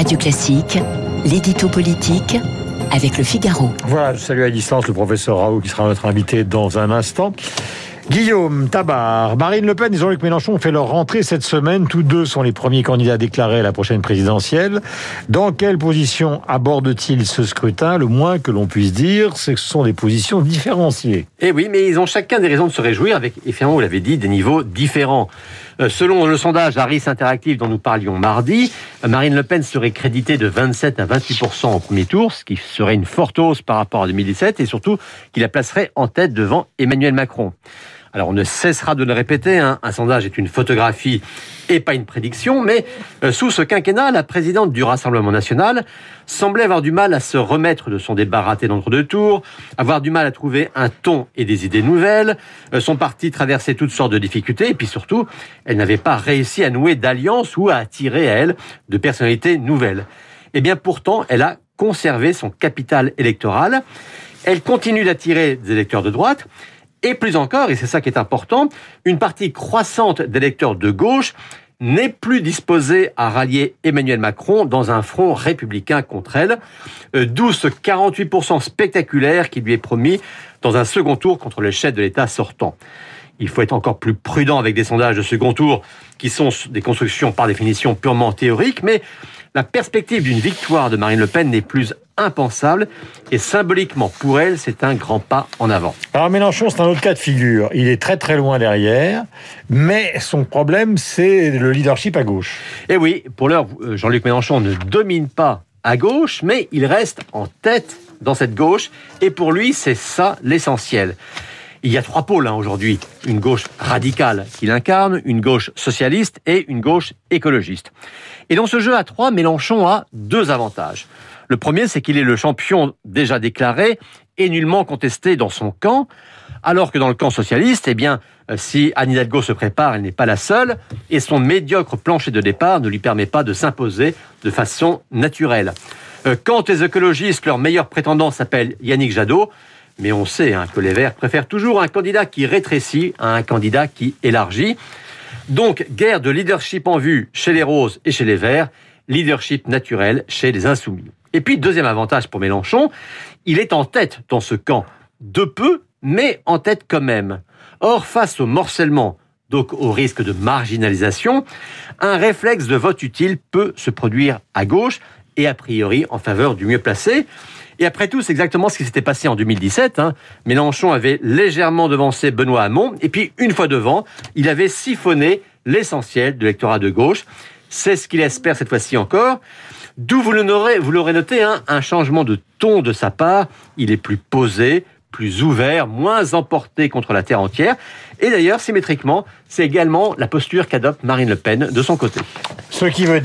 Radio Classique, l'édito politique avec Le Figaro. Voilà, je salue à distance le professeur Raoult qui sera notre invité dans un instant. Guillaume Tabar, Marine Le Pen et Jean-Luc Mélenchon ont fait leur rentrée cette semaine. Tous deux sont les premiers candidats déclarés à la prochaine présidentielle. Dans quelle position abordent-ils ce scrutin ? Le moins que l'on puisse dire, c'est que ce sont des positions différenciées. Eh oui, mais ils ont chacun des raisons de se réjouir avec, effectivement, vous l'avez dit, des niveaux différents. Selon le sondage Harris Interactive dont nous parlions mardi, Marine Le Pen serait créditée de 27 à 28% au premier tour, ce qui serait une forte hausse par rapport à 2017 et surtout qui la placerait en tête devant Emmanuel Macron. Alors on ne cessera de le répéter, un sondage est une photographie et pas une prédiction, mais sous ce quinquennat, la présidente du Rassemblement national semblait avoir du mal à se remettre de son débat raté d'entre-deux tours, avoir du mal à trouver un ton et des idées nouvelles. Son parti traversait toutes sortes de difficultés et puis surtout, elle n'avait pas réussi à nouer d'alliance ou à attirer à elle de personnalités nouvelles. Eh bien pourtant, elle a conservé son capital électoral. Elle continue d'attirer des électeurs de droite. Et plus encore, et c'est ça qui est important, une partie croissante d'électeurs de gauche n'est plus disposée à rallier Emmanuel Macron dans un front républicain contre elle, d'où ce 48% spectaculaire qui lui est promis dans un second tour contre le chef de l'État sortant. Il faut être encore plus prudent avec des sondages de second tour qui sont des constructions par définition purement théoriques, mais la perspective d'une victoire de Marine Le Pen n'est plus impensable et symboliquement pour elle, c'est un grand pas en avant. Alors Mélenchon, c'est un autre cas de figure. Il est très très loin derrière, mais son problème, c'est le leadership à gauche. Et oui, pour l'heure, Jean-Luc Mélenchon ne domine pas à gauche, mais il reste en tête dans cette gauche et pour lui, c'est ça l'essentiel. Il y a trois pôles aujourd'hui, une gauche radicale qu'il incarne, une gauche socialiste et une gauche écologiste. Et dans ce jeu à trois, Mélenchon a deux avantages. Le premier, c'est qu'il est le champion déjà déclaré et nullement contesté dans son camp, alors que dans le camp socialiste, eh bien, si Anne Hidalgo se prépare, elle n'est pas la seule, et son médiocre plancher de départ ne lui permet pas de s'imposer de façon naturelle. Quant aux écologistes, leur meilleur prétendant s'appelle Yannick Jadot, mais on sait que les Verts préfèrent toujours un candidat qui rétrécit à un candidat qui élargit. Donc, guerre de leadership en vue chez les Roses et chez les Verts, leadership naturel chez les Insoumis. Et puis, deuxième avantage pour Mélenchon, il est en tête dans ce camp. De peu, mais en tête quand même. Or, face au morcellement, donc au risque de marginalisation, un réflexe de vote utile peut se produire à gauche et a priori en faveur du mieux placé. Et après tout, c'est exactement ce qui s'était passé en 2017. Mélenchon avait légèrement devancé Benoît Hamon, et puis une fois devant, il avait siphonné l'essentiel de l'électorat de gauche. C'est ce qu'il espère cette fois-ci encore. D'où vous l'aurez noté, un changement de ton de sa part. Il est plus posé, plus ouvert, moins emporté contre la terre entière. Et d'ailleurs, symétriquement, c'est également la posture qu'adopte Marine Le Pen de son côté. Ce qui veut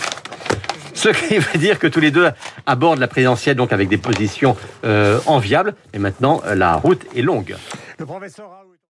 dire que tous les deux abordent la présidentielle donc avec des positions enviables. Et maintenant, la route est longue. le professeur Raoult.